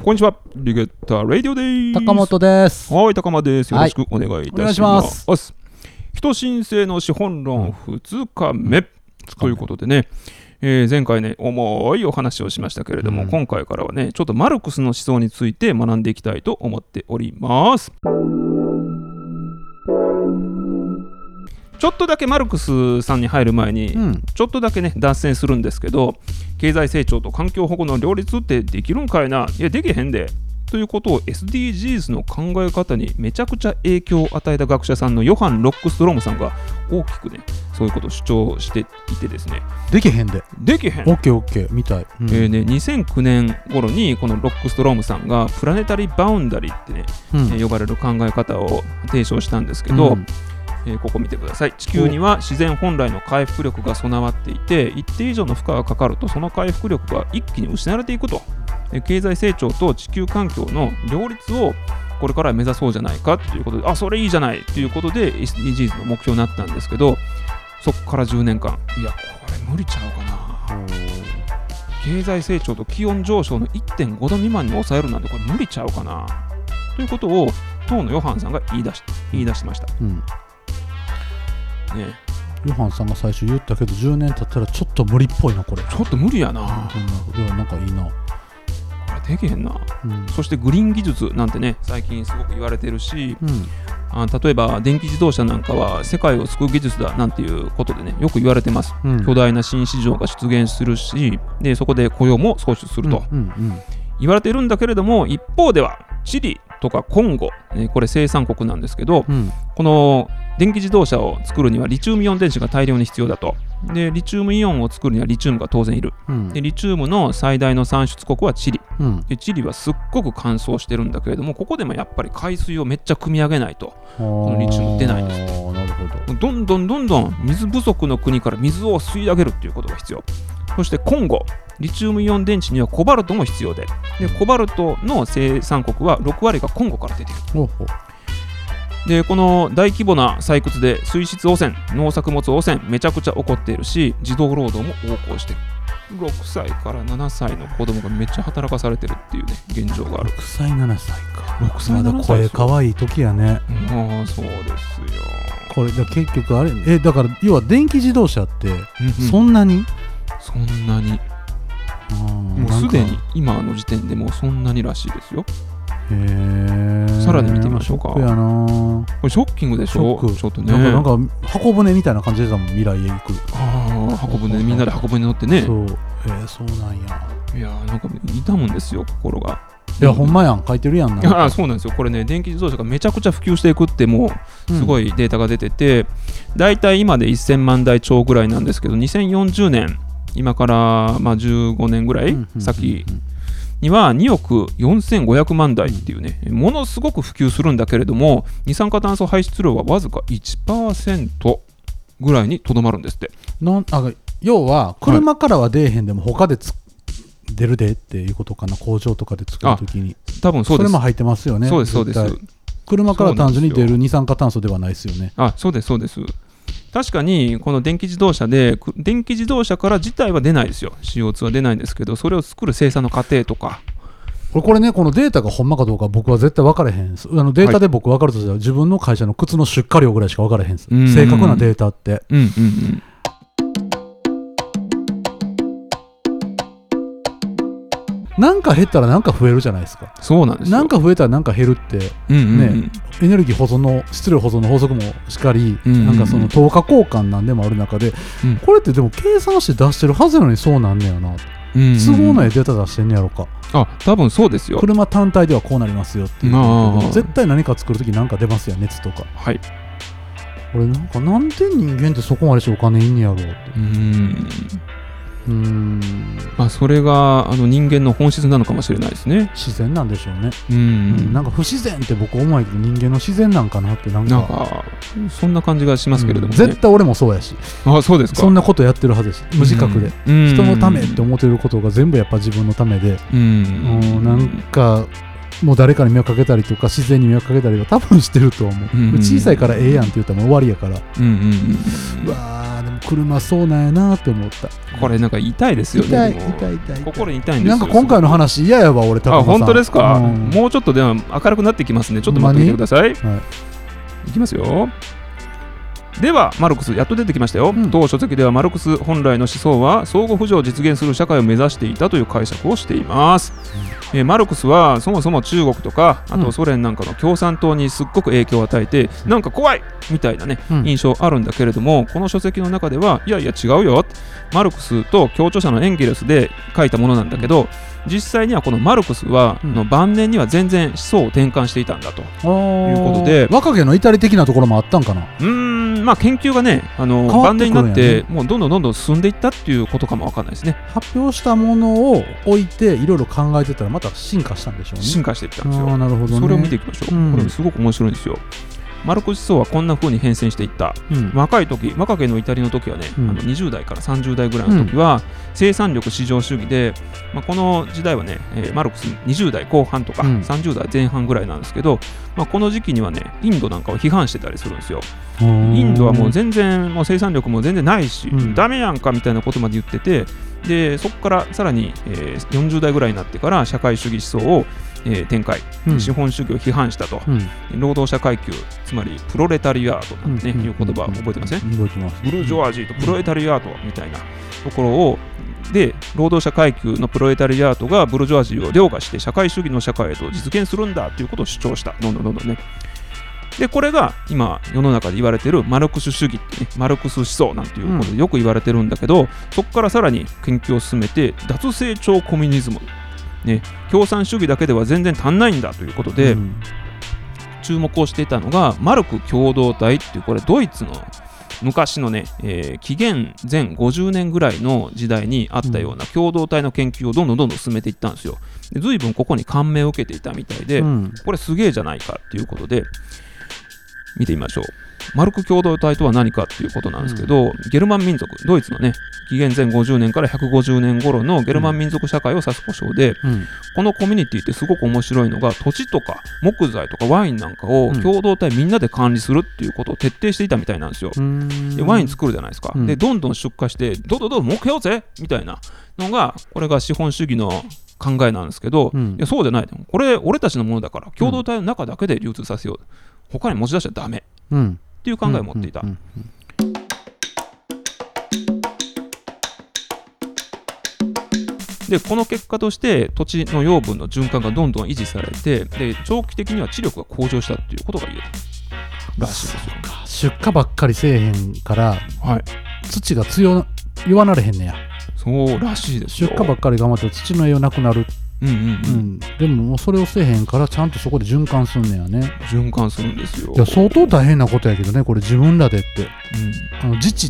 こんにちは、リゲッターラディオです。 高本です。 はい、高間です。よろしくお願いいたします。 お願いします。 人申請の資本論2日目、ということでね、前回ね、重いお話をしましたけれども、今回からはね、ちょっとマルクスの思想について学んでいきたいと思っております。ちょっとだけマルクスさんに入る前に、ちょっとだけね脱線するんですけど、経済成長と環境保護の両立ってできるんかいな、いやできへんでということを SDGs の考え方にめちゃくちゃ影響を与えた学者さんのヨハン・ロックストロームさんが大きくねそういうことを主張していてですね、 できへんでできへん OKOK みたい、 2009年頃にこのロックストロームさんがプラネタリーバウンダリーってね、呼ばれる考え方を提唱したんですけど、ここ見てください。地球には自然本来の回復力が備わっていて、一定以上の負荷がかかるとその回復力が一気に失われていくと。経済成長と地球環境の両立をこれから目指そうじゃないかということで、それいいじゃないということで SDGs の目標になったんですけど、そこから10年間いやこれ無理ちゃうかな、経済成長と気温上昇の 1.5 度未満に抑えるなんてこれ無理ちゃうかなということを当のヨハンさんが言い出しました。 ヨハンさんが最初言ったけど10年経ったらちょっと無理っぽいな、これちょっと無理やな。 なんかいいな、これできへんな、そしてグリーン技術なんてね最近すごく言われてるし、例えば電気自動車なんかは世界を救う技術だなんていうことでねよく言われてます、巨大な新市場が出現するし、でそこで雇用も創出すると言われているんだけれども、一方ではチリとかコンゴ、これ生産国なんですけど、この電気自動車を作るにはリチウムイオン電池が大量に必要だと。でリチウムイオンを作るにはリチウムが当然いる、でリチウムの最大の産出国はチリ、でチリはすっごく乾燥してるんだけれども、ここでもやっぱり海水をめっちゃ汲み上げないとこのリチウム出ないんです。 なるほど。 どんどん水不足の国から水を吸い上げるっていうことが必要。そしてコンゴ、リチウムイオン電池にはコバルトも必要で、コバルトの生産国は6割がコンゴから出ている。でこの大規模な採掘で水質汚染、農作物汚染めちゃくちゃ起こっているし、児童労働も横行して6歳から7歳の子供がめっちゃ働かされてるっていうね現状がある。 6歳7歳か。 6歳7歳まだ声かわいい時やね。 そうですよ。 これ結局あれだから要は電気自動車ってそんなにもうすでに今の時点でもうそんなにらしいですよ。さらに見てみましょうか。 ショックやな。 これショッキングでしょ。ちょっとねなんか箱舟みたいな感じでたもん、未来へ行く。 箱舟、みんなで箱舟乗ってね。 そうなんや。 いやなんか痛むんですよ心が。 いやほんまやん、書いてるやんな。 そうなんですよ。これね電気自動車がめちゃくちゃ普及していくってもうすごいデータが出てて、だいたい今で1000万台超ぐらいなんですけど、2040年今から15年ぐらい先には2億4500万台っていうね、ものすごく普及するんだけれども、二酸化炭素排出量はわずか 1% ぐらいにとどまるんですって。 要は車からは出えへんでも他で出るでっていうことかな。工場とかで作るときに多分そうです。 それも入ってますよね。 そうです。 車から単純に出る二酸化炭素ではないですよね。 そうです。確かにこの電気自動車から自体は出ないですよ。 CO2 は出ないんですけど、それを作る生産の過程とか、 これね、このデータがほんまかどうか僕は絶対分からへん。データで僕分かるとしたら自分の会社の靴の出荷量ぐらいしか分からへん。正確なデータってなんか減ったらなんか増えるじゃないですか。 そうなんですよ。 なんか増えたらなんか減るって、ね、エネルギー保存の質量保存の法則もしっかり、なんかその等価交換なんでもある中で、これってでも計算して出してるはずなのにそうなんねやな。都合ないデータ出してんねやろか。 多分そうですよ。 車単体ではこうなりますよっていう。絶対何か作るときなんか出ますよ、熱とか。これなんで人間ってそこまでしてお金いんねやろうって。 それが人間の本質なのかもしれないですね。 自然なんでしょうね。なんか不自然って僕思うけど、人間の自然なんかなって、なんかそんな感じがしますけれども、 絶対俺もそうやし。 そうですか。 そんなことやってるはずです。無自覚で人のためって思ってることが全部やっぱ自分のためで、なんかもう誰かに迷惑かけたりとか自然に迷惑かけたりは多分してると思う、小さいからええやんって言ったらもう終わりやから、うわーでも車そうなんやなって思った。 これなんか痛いですよね。 痛い心痛いんですよ。 なんか今回の話嫌やわ俺。高間さん、 本当ですか、もうちょっとでも明るくなってきますね。ちょっと待ってみてください。いきますよ。ではマルクスやっと出てきましたよ、当書籍ではマルクス本来の思想は相互扶助を実現する社会を目指していたという解釈をしています、マルクスはそもそも中国とかあとソ連なんかの共産党にすっごく影響を与えて、なんか怖いみたいなね、印象あるんだけれども、この書籍の中ではいやいや違うよ、マルクスと共著者のエンゲルスで書いたものなんだけど、実際にはこのマルクスは、の晩年には全然思想を転換していたんだということで、 若気の至り的なところもあったんかな。 まあ研究がね、晩年になってもうどんどん進んでいったっていうことかもわかんないですね。 発表したものを置いていろいろ考えてたらまた進化したんでしょうね。 進化していったんですよ。 なるほどね。 それを見ていきましょう。これすごく面白いんですよ。マルクス思想はこんな風に変遷していった、若気の至りの時はね、20代から30代ぐらいの時は、生産力至上主義で、この時代はね、マルクス20代後半とか、30代前半ぐらいなんですけど、この時期にはねインドなんかを批判してたりするんですよ。インドはもう全然もう生産力も全然ないし、ダメやんかみたいなことまで言ってて、でそこからさらに、40代ぐらいになってから社会主義思想を展開、資本主義を批判したと、労働者階級、つまりプロレタリアートなんて、いう言葉を覚えてません？ 覚えてます。 ブルジョワジーとプロレタリアートみたいなところをで、労働者階級のプロレタリアートがブルジョワジーを凌駕して社会主義の社会へと実現するんだということを主張した。どんどんね。でこれが今世の中で言われているマルクス主義ってね、マルクス思想なんていうことでよく言われてるんだけど、そこからさらに研究を進めて脱成長コミュニズム、共産主義だけでは全然足んないんだということで、注目をしていたのがマルク共同体っていう、これドイツの昔のね、紀元前50年ぐらいの時代にあったような共同体の研究をどんどん進めていったんですよ。で随分ここに感銘を受けていたみたいで、これすげえじゃないかっていうことで見てみましょう。マルク共同体とは何かっていうことなんですけど、ゲルマン民族、ドイツのね紀元前50年から150年頃のゲルマン民族社会を指す呼称で、このコミュニティってすごく面白いのが、土地とか木材とかワインなんかを共同体みんなで管理するっていうことを徹底していたみたいなんですよ。でワイン作るじゃないですか、でどんどん出荷してどんどん儲けようぜみたいなのが、これが資本主義の考えなんですけど、いやそうじゃない、これ俺たちのものだから共同体の中だけで流通させよう、他に持ち出しちゃダメっていう考えを持っていた。でこの結果として土地の養分の循環がどんどん維持されて、で長期的には知力が向上したっていうことが言えるらしいですよ。 出荷ばっかりせえへんから、土が弱なれへんねや。 そうらしいですよ。 出荷ばっかり頑張って土の栄養なくなる。でももうそれをせえへんからちゃんとそこで循環すんねやね。 循環するんですよ。 いや相当大変なことやけどね、これ自分らでって、自治って、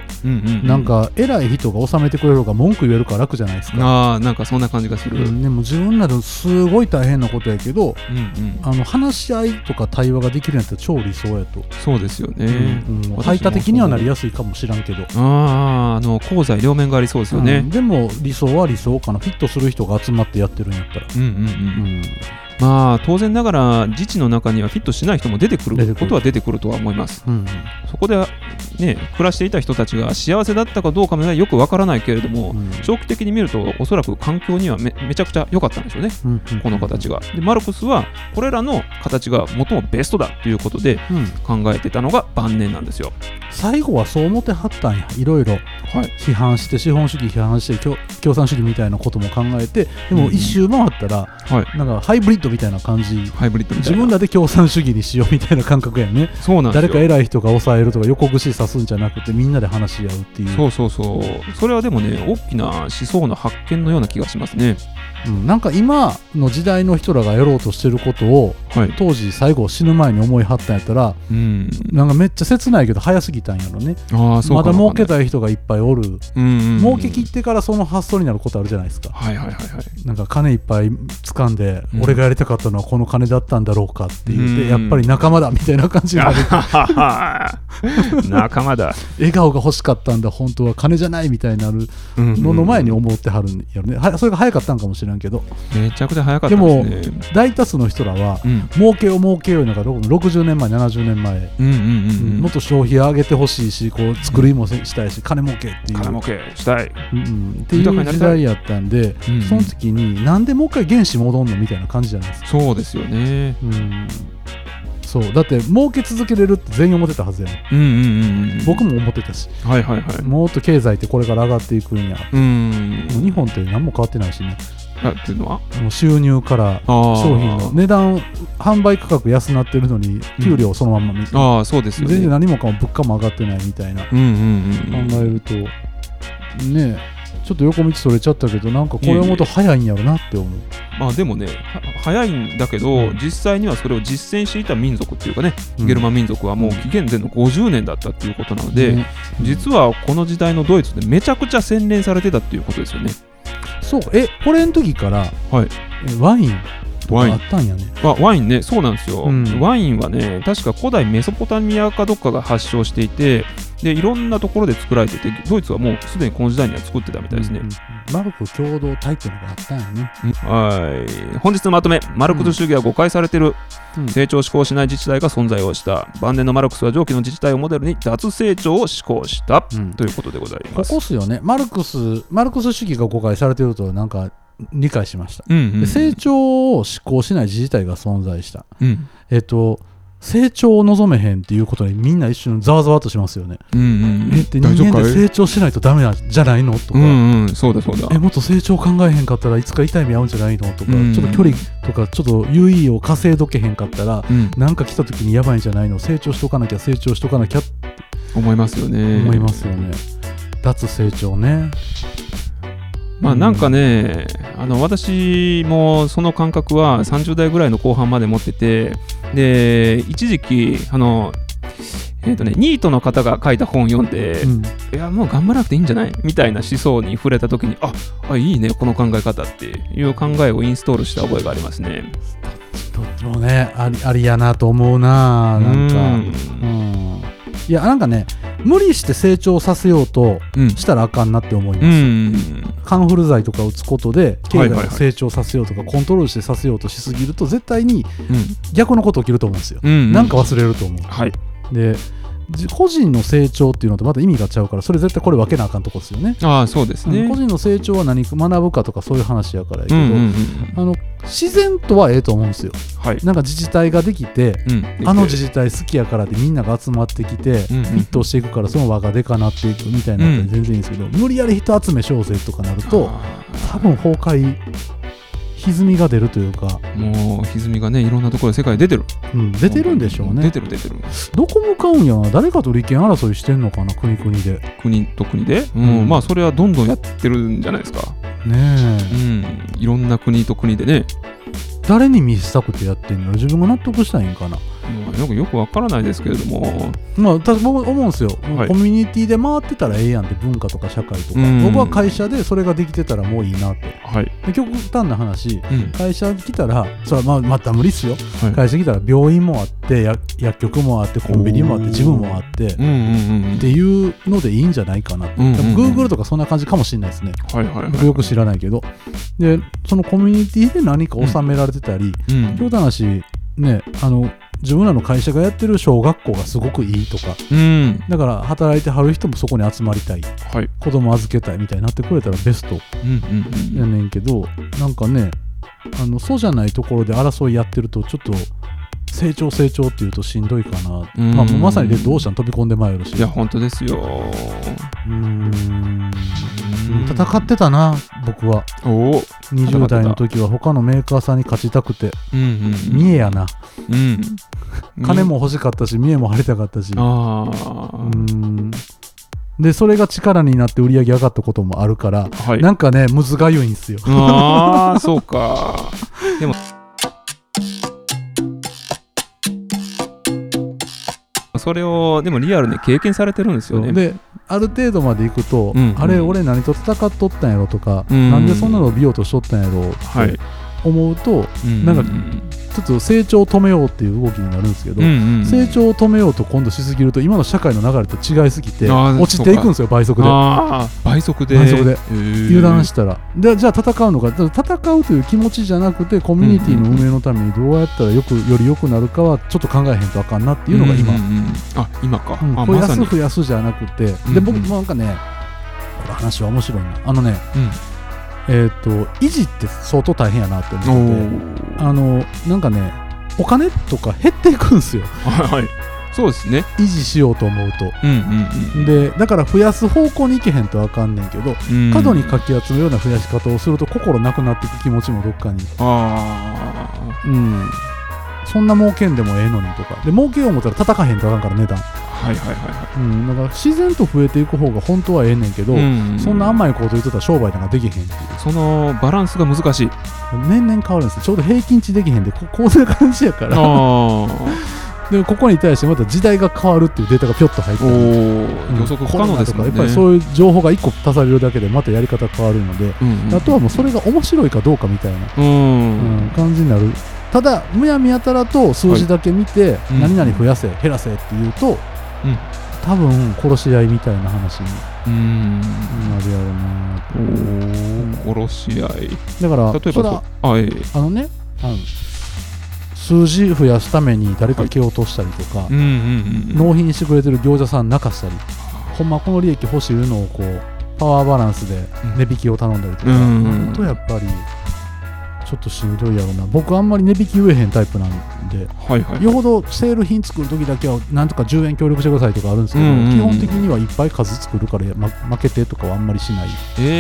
なんか偉い人が収めてくれる方が文句言えるから楽じゃないですか。 なんかそんな感じがする。 でも自分らですごい大変なことやけど、話し合いとか対話ができるんやったら超理想やと。 そうですよね。 排他的にはなりやすいかもしらんけど、 功罪両面がありそうですよね。 でも理想は理想かな。フィットする人が集まってやってるんやったら、 まあ当然ながら自治の中にはフィットしない人も出てくることは出てくるとは思います。そこでね暮らしていた人たちが幸せだったかどうかもよくわからないけれども、長期的に見るとおそらく環境には めちゃくちゃ良かったんでしょうね、この形が。でマルクスはこれらの形が最もベストだということで考えてたのが晩年なんですよ。 最後はそう思ってはったんや。いろいろ批判して、資本主義批判して共産主義みたいなことも考えて、でも一周回ったら、なんかハイブリッドみたいな感じ、自分らで共産主義にしようみたいな感覚やね。 そうなんですよ。 誰か偉い人が抑えるとか横串刺すんじゃなくて、みんなで話し合うっていう。 それはでもね大きな思想の発見のような気がしますね。 なんか今の時代の人らがやろうとしてることを、当時最後死ぬ前に思いはったんやったら、なんかめっちゃ切ないけど早すぎたんやろね。まだ儲けたい人がいっぱいおる。儲け切ってからその発想になることあるじゃないですか。なんか金いっぱい掴んで、俺がやりたかったのはこの金だったんだろうかって言ってやっぱり仲間だみたいな感じになる仲間だ笑顔が欲しかったんだ本当は金じゃないみたいになるのの前に思ってはるんやろね、それが早かったんかもしれんけどめちゃくちゃ早かったですね。 でも大多数の人らは、儲けようなんか60年前70年前、もっと消費上げてほしいしこう作りもしたいし、金儲けっていう金儲けしたい、 っていう時代やったんで、その時になんでもう一回原始戻んのみたいな感じじゃないですか。 そうですよね、 そうだって儲け続けれるって全員思ってたはずやね、僕も思ってたし、もっと経済ってこれから上がっていくんや、もう日本って何も変わってないしね。 っていうのはもう収入から商品の値段販売価格安なってるのに給料そのまんまみたいな、 そうですよね、 全然何もかも物価も上がってないみたいな、考えるとねちょっと横道それちゃったけどなんかこれはもっと早いんやろなって思う。 まあでもね早いんだけど、実際にはそれを実践していた民族っていうかね、ゲルマン民族はもう紀元前の50年だったっていうことなので、実はこの時代のドイツでめちゃくちゃ洗練されてたっていうことですよね。 そうか、これの時から、ワインとかあったんやね。 ワインね、そうなんですよ、ワインはね確か古代メソポタミアかどっかが発祥していて、でいろんなところで作られてて、ドイツはもうすでにこの時代には作ってたみたいですね。 マルク共同体っていうのがあったんやね。 本日のまとめ、マルクス主義は誤解されてる、成長を志向しない自治体が存在をした。晩年のマルクスは上記の自治体をモデルに脱成長を志向した、ということでございます。 ここっすよね。マルクス主義が誤解されてるとなんか理解しました。成長を志向しない自治体が存在した。成長を望めへんっていうことにみんな一瞬ざわざわとしますよね。って人間って成長しないとダメなんじゃないのとか、 そうだそうだ、 もっと成長考えへんかったらいつか痛い目合うんじゃないのとか、ちょっと距離とかちょっと優位を稼いどけへんかったら、なんか来た時にやばいんじゃないの、成長しとかなきゃって思いますよね。 脱成長ね。 まあなんかね、私もその感覚は30代ぐらいの後半まで持ってて、で一時期ニートの方が書いた本読んで、いやもう頑張らなくていいんじゃないみたいな思想に触れた時に、いいねこの考え方っていう考えをインストールした覚えがありますね。 どっちもねありやなと思うな。なんかいやなんかね無理して成長させようとしたらあかんなって思います。カンフル剤とか打つことで経済を成長させようとかコントロールしてさせようとしすぎると絶対に逆のこと起きると思うんですよ。なんか忘れると思う。で個人の成長っていうのとまた意味がちゃうから、それ絶対これ分けなあかんとこですよね。 そうですね。 個人の成長は何か学ぶかとかそういう話やからやけど、自然とはと思うんですよ。なんか自治体ができて、自治体好きやからってみんなが集まってきて、フィットしていくからその輪がでかなっていくみたいなのって全然いいんですけど、無理やり人集め小生とかなると多分崩壊歪みが出るというか、 もう歪みがねいろんなところで世界出てる、 出てるんでしょうね。 出てるどこ向かうんやな。誰かと利権争いしてんのかな、国と国で、まあそれはどんどんやってるんじゃないですかね。いろんな国と国でね、 誰に見せたくてやってんの、自分が納得したいんかな。 よくわからないですけれども、 僕思うんですよ、コミュニティで回ってたらええやんって、文化とか社会とか、僕は会社でそれができてたらもういいなって、極端な話、会社来たらそれはまた無理っすよ、会社来たら病院もあって薬局もあってコンビニもあってジムもあってっていうのでいいんじゃないかなって。Google とかそんな感じかもしれないですね。僕よく知らないけど、でそのコミュニティで何か収められてたり、極端な話ね、自分らの会社がやってる小学校がすごくいいとか、だから働いてはる人もそこに集まりたい、子供預けたいみたいになってくれたらベストやねんけど、なんかねそうじゃないところで争いやってるとちょっと成長っていうとしんどいかな。まさにレッドオーシャン飛び込んでまいるし。 いや本当ですよ。 戦ってたな僕は。20代の時は他のメーカーさんに勝ちたくて、見栄やな、金も欲しかったし見栄も張りたかったし、でそれが力になって売り上げ上がったこともあるから、なんかねむずがゆいんすよ。 そうか。でもそれをでもリアルに経験されてるんですよね。 である程度までいくと、あれ俺何と戦っとったんやろとか、なんでそんなのを美容としとったんやろって思うと、なんかちょっと成長を止めようっていう動きになるんですけど、成長を止めようと今度しすぎると今の社会の流れと違いすぎて落ちていくんですよ、倍速で。 倍速で油断したら。でじゃあ戦うのか、戦うという気持ちじゃなくてコミュニティの運営のためにどうやったらより良くなるかはちょっと考えへんとあかんなっていうのが今。 今か。 増やすじゃなくて、で僕もなんかね、この話は面白いな。維持って相当大変やなって思ってて、なんかね、お金とか減っていくんですよ。 はい、そうですね。 維持しようと思うと。でだから増やす方向に行けへんとあかんねんけど、過度にかき集めるような増やし方をすると心なくなっていく気持ちもどっかに。そんな儲けんでもええのにとかで、儲けよう思ったら叩かへんとあかんから値段。だから自然と増えていく方が本当はええねんけど、そんな甘いこと言ってたら商売なんかできへんっていう、 そのバランスが難しい。 年々変わるんですよ。ちょうど平均値できへんで、こんな感じやからでここに対してまた時代が変わるっていうデータがぴょっと入ってる。 予測不可能ですもんね。 やっぱりそういう情報が1個足されるだけでまたやり方変わるので、あとはもうそれが面白いかどうかみたいな感じになる。ただむやみやたらと数字だけ見て、何々増やせ減らせっていうと、多分殺し合いみたいな話になるやろな。 殺し合いだから例えば数字増やすために誰か蹴落としたりとか、納品してくれてる業者さん泣かしたり、ほんまこの利益欲しいのをこうパワーバランスで値引きを頼んだりとか、とやっぱりちょっとしんどいやろな。僕あんまり値引き言えへんタイプなんで、よほどセール品作る時だけはなんとか10円協力してくださいとかあるんですけど、基本的にはいっぱい数作るから負けてとかはあんまりしない。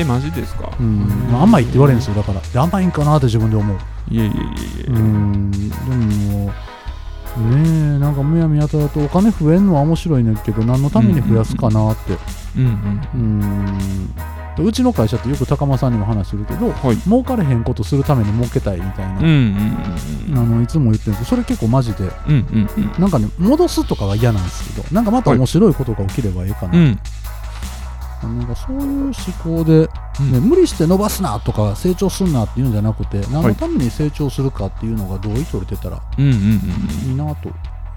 マジですか。 甘いって言われるんですよ。だから甘いんかなって自分で思う。でもねえ、なんかむやみやたらとお金増えるのは面白いねんけど、何のために増やすかなって。うちの会社ってよく高間さんにも話するけど、儲かれへんことするために儲けたいみたいな、いつも言ってるんですけど、それ結構マジで、なんかね、戻すとかは嫌なんですけど、なんかまた面白いことが起きればいいかな、なんかそういう思考で、無理して伸ばすなとか成長すんなっていうんじゃなくて、何のために成長するかっていうのが同意取れてたらいいなと。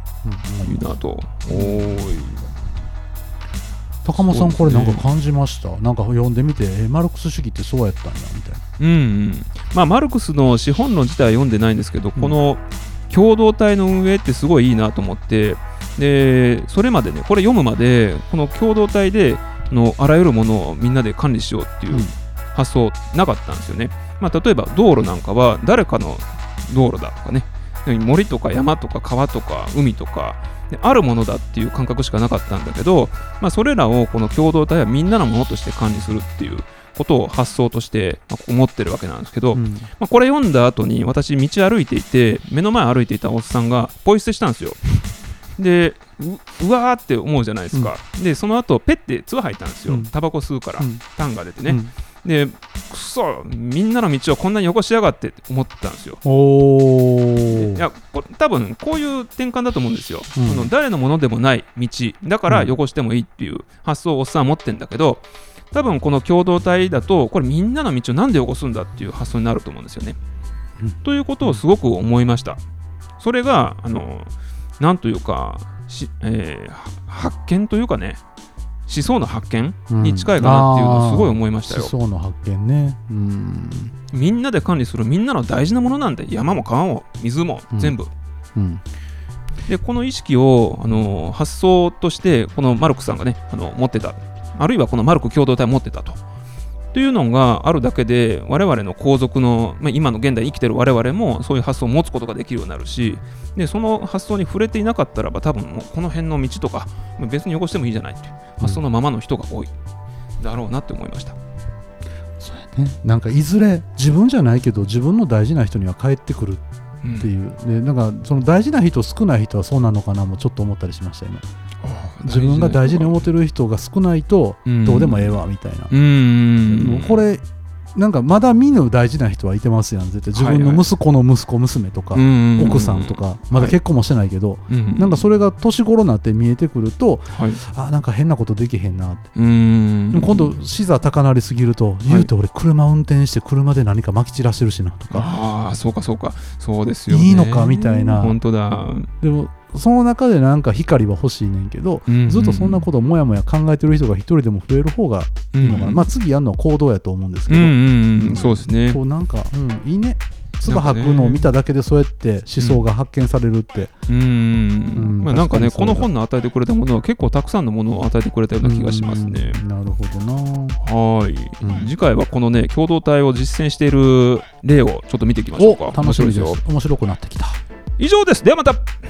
高間さん、これなんか感じました？なんか読んでみて、マルクス主義ってそうやったんやみたいな。 マルクスの資本論自体は読んでないんですけど、この共同体の運営ってすごいいいなと思って、でそれまでね、これ読むまでこの共同体であらゆるものをみんなで管理しようっていう発想なかったんですよね。例えば道路なんかは誰かの道路だとかね、森とか山とか川とか海とかあるものだっていう感覚しかなかったんだけど、それらをこの共同体はみんなのものとして管理するっていうことを発想として思ってるわけなんですけど、これ読んだ後に私道歩いていて、目の前歩いていたおっさんがポイ捨てしたんですよ。でうわーって思うじゃないですか、でその後ペッて唾吐いたんですよ、タバコ吸うから、痰が出てね、でくそみんなの道をこんなに汚しやがってって思ったんですよ。いや多分こういう転換だと思うんですよ、誰のものでもない道だから汚してもいいっていう発想をおっさんは持ってるんだけど、多分この共同体だとこれみんなの道をなんで汚すんだっていう発想になると思うんですよね、ということをすごく思いました。それがなんというか発見というかね、思想の発見に近いかなっていうのをすごい思いましたよ。 思想の発見ね、 みんなで管理するみんなの大事なものなんで、山も川も水も全部、でこの意識を発想としてこのマルクさんがね持ってた、あるいはこのマルク共同体を持ってたというのがあるだけで、我々の皇族の、今の現代に生きている我々もそういう発想を持つことができるようになるし、でその発想に触れていなかったらば多分もうこの辺の道とか別に汚してもいいじゃないっていう発想のままの人が多いだろうなって思いました。 そうやね、なんかいずれ自分じゃないけど自分の大事な人には返ってくるっていう、でなんかその大事な人少ない人はそうなのかなもちょっと思ったりしました今。自分が大事に思ってる人が少ないとどうでもええわみたいな、もうこれなんかまだ見ぬ大事な人はいてますやん絶対。自分の息子の息子娘とか、奥さんとかまだ結婚もしてないけど、なんかそれが年頃になって見えてくると、なんか変なことできへんなって。でも今度視座高鳴りすぎると、言うて俺車運転して車で何か撒き散らしてるしなとか、 そうかそうですよね。 いいのかみたいな。 本当だ。 でもその中でなんか光は欲しいねんけど、ずっとそんなことをもやもや考えてる人が一人でも増える方がいいのかな。まあ次やるのは行動やと思うんですけど、 そうですね。 そうなんか、いいね。唾吐くのを見ただけでそうやって思想が発見されるって。 なんかね、この本の与えてくれたものは結構たくさんのものを与えてくれたような気がしますね。 なるほどな。 はい。次回はこのね、共同体を実践している例をちょっと見ていきましょうか。 楽しみです。面白くなってきた。 以上です。ではまた。